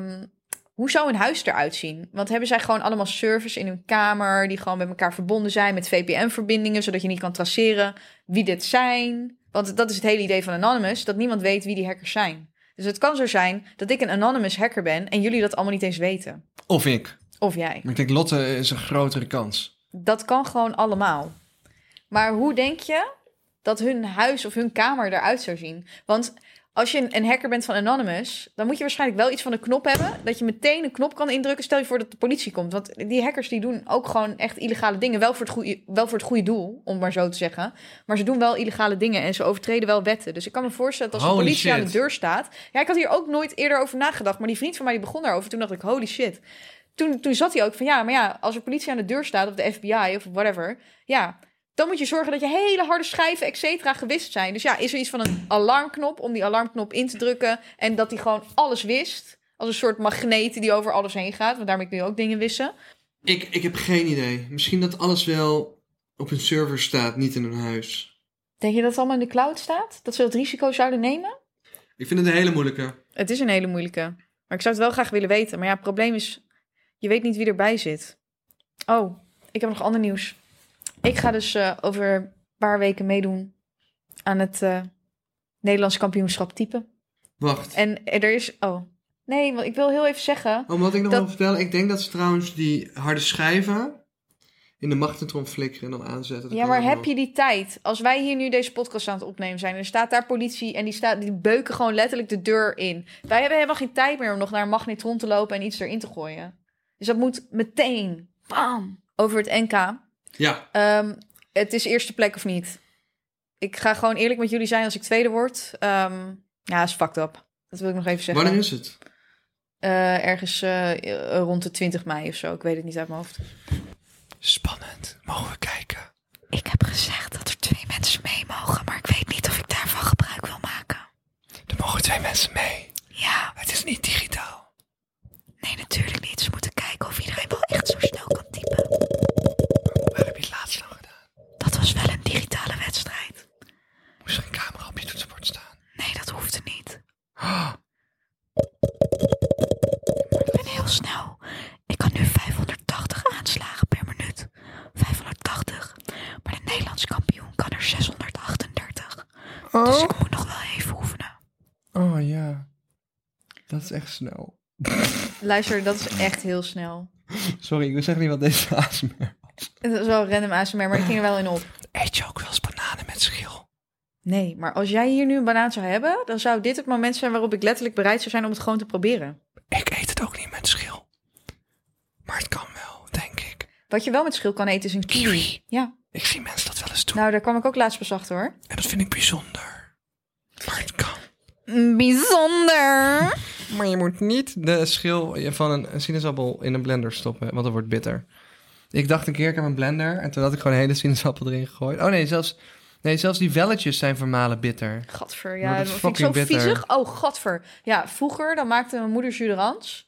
hoe zou een huis eruit zien? Want hebben zij gewoon allemaal servers in hun kamer... die gewoon met elkaar verbonden zijn met VPN-verbindingen... zodat je niet kan traceren wie dit zijn? Want dat is het hele idee van Anonymous... dat niemand weet wie die hackers zijn. Dus het kan zo zijn dat ik een Anonymous hacker ben... en jullie dat allemaal niet eens weten. Of ik. Of jij. Maar ik denk, Lotte is een grotere kans. Dat kan gewoon allemaal. Maar hoe denk je dat hun huis of hun kamer eruit zou zien? Want als je een hacker bent van Anonymous... dan moet je waarschijnlijk wel iets van een knop hebben... dat je meteen een knop kan indrukken. Stel je voor dat de politie komt. Want die hackers die doen ook gewoon echt illegale dingen. Wel voor het goede doel, om maar zo te zeggen. Maar ze doen wel illegale dingen en ze overtreden wel wetten. Dus ik kan me voorstellen dat als de Holy politie shit. aan de deur staat... Ja, ik had hier ook nooit eerder over nagedacht. Maar die vriend van mij die begon daarover. Toen dacht ik, holy shit. Toen zat hij ook van, ja, maar ja, als er politie aan de deur staat... of de FBI of whatever, ja... dan moet je zorgen dat je hele harde schijven, et cetera, gewist zijn. Dus ja, is er iets van een alarmknop om die alarmknop in te drukken... en dat die gewoon alles wist? Als een soort magneet die over alles heen gaat. Want daarmee kun je ook dingen wissen. Ik heb geen idee. Misschien dat alles wel op een server staat, niet in een huis. Denk je dat het allemaal in de cloud staat? Dat ze dat risico zouden nemen? Ik vind het een hele moeilijke. Het is een hele moeilijke. Maar ik zou het wel graag willen weten. Maar ja, het probleem is... je weet niet wie erbij zit. Oh, ik heb nog ander nieuws. Ik ga dus over een paar weken meedoen... aan het Nederlands kampioenschap typen. Wacht. En er is... Oh, nee, want ik wil heel even zeggen... Oh, wat ik nog dat- wil vertellen. Ik denk dat ze trouwens die harde schijven in de magnetron flikkeren en dan aanzetten. Dat Ja, kan maar ook heb nog. je die tijd? Als wij hier nu deze podcast aan het opnemen zijn... en er staat daar politie en die beuken gewoon letterlijk de deur in. Wij hebben helemaal geen tijd meer om nog naar een magnetron te lopen... en iets erin te gooien. Dus dat moet meteen. Bam! Over het NK. Ja. Het is eerste plek of niet. Ik ga gewoon eerlijk met jullie zijn als ik tweede word. Ja, is fucked up. Dat wil ik nog even zeggen. Wanneer is het? Ergens rond de 20 mei of zo. Ik weet het niet uit mijn hoofd. Spannend. Mogen we kijken? Ik heb gezegd dat er 2 mensen mee mogen, maar ik weet niet of ik daarvan gebruik wil maken. Er mogen 2 mensen mee. Ja, Het is niet digitaal. nee, natuurlijk niet. Ze moeten kijken of iedereen wel echt zo snel kan typen. Waar heb je het laatst dan gedaan? Dat was wel een digitale wedstrijd. Moest er een camera op je toetsenbord staan? Nee, dat hoefde niet. Oh, Ik ben heel snel. Ik kan nu 580 aanslagen per minuut. 580. Maar de Nederlands kampioen kan er 638. Dus ik moet nog wel even oefenen. oh ja. Dat is echt snel. Luister, dat is echt heel snel. Sorry, ik wist echt niet wat deze ASMR. Het is wel random ASMR, maar ik ging er wel in op. Eet je ook wel eens bananen met schil? Nee, maar als jij hier nu een banaan zou hebben... dan zou dit het moment zijn waarop ik letterlijk bereid zou zijn... om het gewoon te proberen. Ik eet het ook niet met schil. Maar het kan wel, denk ik. Wat je wel met schil kan eten is een kiwi. Ja, Ik zie mensen dat wel eens doen. nou daar kwam ik ook laatst pas achter hoor. En dat vind ik bijzonder. Maar het kan. Bijzonder! Maar je moet niet de schil van een sinaasappel in een blender stoppen, want dan wordt het bitter. Ik dacht een keer, ik heb een blender en toen had ik gewoon een hele sinaasappel erin gegooid. Oh nee, zelfs die velletjes zijn vermalen bitter. Gadver, Maar ja, dat dat is vind ik zo fucking bitter. viezig. Oh, gadver. Ja, vroeger dan maakte mijn moeder jus d'orange.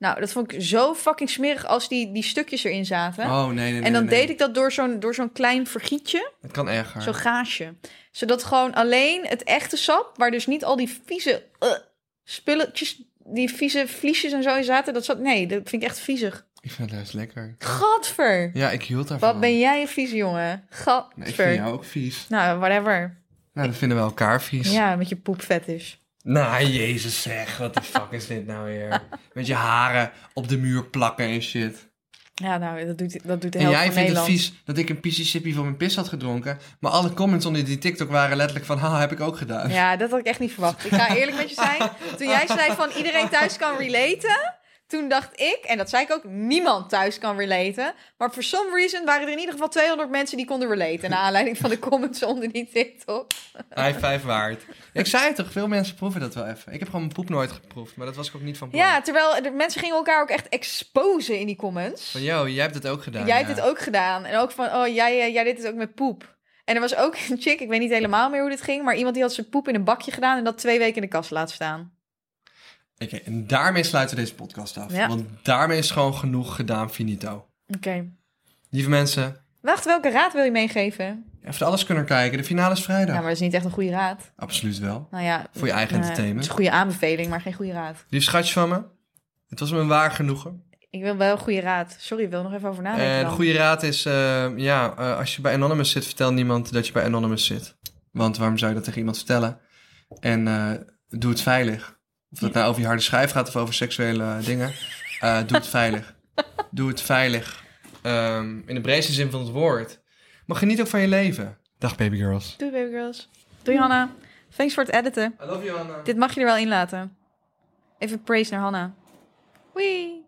Nou, dat vond ik zo fucking smerig als die stukjes erin zaten. Oh, nee. En dan deed ik dat door zo'n klein vergietje. Het kan erger. Zo'n gaasje. Zodat gewoon alleen het echte sap, waar dus niet al die vieze spulletjes, die vieze vliesjes en zo in zaten. Dat vind ik echt viezig. Ik vind het juist lekker. Gadver. Ja, ik hield daarvan. Wat ben jij een vieze jongen. Gadver. Nee, ik vind jou ook vies. Nou, whatever. Nou, dan vinden we elkaar vies. Ja, met je poepfetish. Nou, jezus zeg. Wat de fuck is dit nou weer? Met je haren op de muur plakken en shit. Ja, nou, dat doet de helft En van jij vindt Nederland. het vies dat ik een pissy-sippy van mijn pis had gedronken. Maar alle comments onder die TikTok waren letterlijk van... Haha, heb ik ook gedaan. Ja, dat had ik echt niet verwacht. Ik ga eerlijk met je zijn. Toen jij zei van iedereen thuis kan relaten... Toen dacht ik, en dat zei ik ook, niemand thuis kan relaten. Maar for some reason waren er in ieder geval 200 mensen die konden relaten. Naar aanleiding van de comments onder die TikTok. High five waard. Ik zei het toch, veel mensen proeven dat wel even. Ik heb gewoon mijn poep nooit geproefd, maar dat was ik ook niet van plan. Ja, terwijl de mensen gingen elkaar ook echt exposen in die comments. Van, jij hebt het ook gedaan. Jij hebt het ook gedaan. En ook van, jij deed het ook met poep. En er was ook een chick, ik weet niet helemaal meer hoe dit ging... maar iemand die had zijn poep in een bakje gedaan... en dat 2 weken in de kast laten staan. Oké, en daarmee sluiten we deze podcast af. Ja. Want daarmee is gewoon genoeg gedaan, finito. Oké. Lieve mensen, Wacht, welke raad wil je meegeven? even alles kunnen kijken. De finale is vrijdag. Ja, maar dat is niet echt een goede raad. Absoluut wel. Nou ja, Voor je eigen het entertainment. is een goede aanbeveling, maar geen goede raad. Lief schatje van me, het was me een waar genoegen. Ik wil wel een goede raad. Sorry, ik wil er nog even over nadenken. En dan. de goede raad is, als je bij Anonymous zit, vertel niemand dat je bij Anonymous zit. Want waarom zou je dat tegen iemand vertellen? En doe het veilig. Of dat nou over je harde schijf gaat of over seksuele dingen. Doe het veilig. Doe het veilig. In de breedste zin van het woord. Maar geniet ook van je leven. Dag baby girls. Doei baby girls. Doei Hanna. Thanks voor het editen. I love you, Anna. Dit mag je er wel in laten. Even praise naar Hanna. Wee.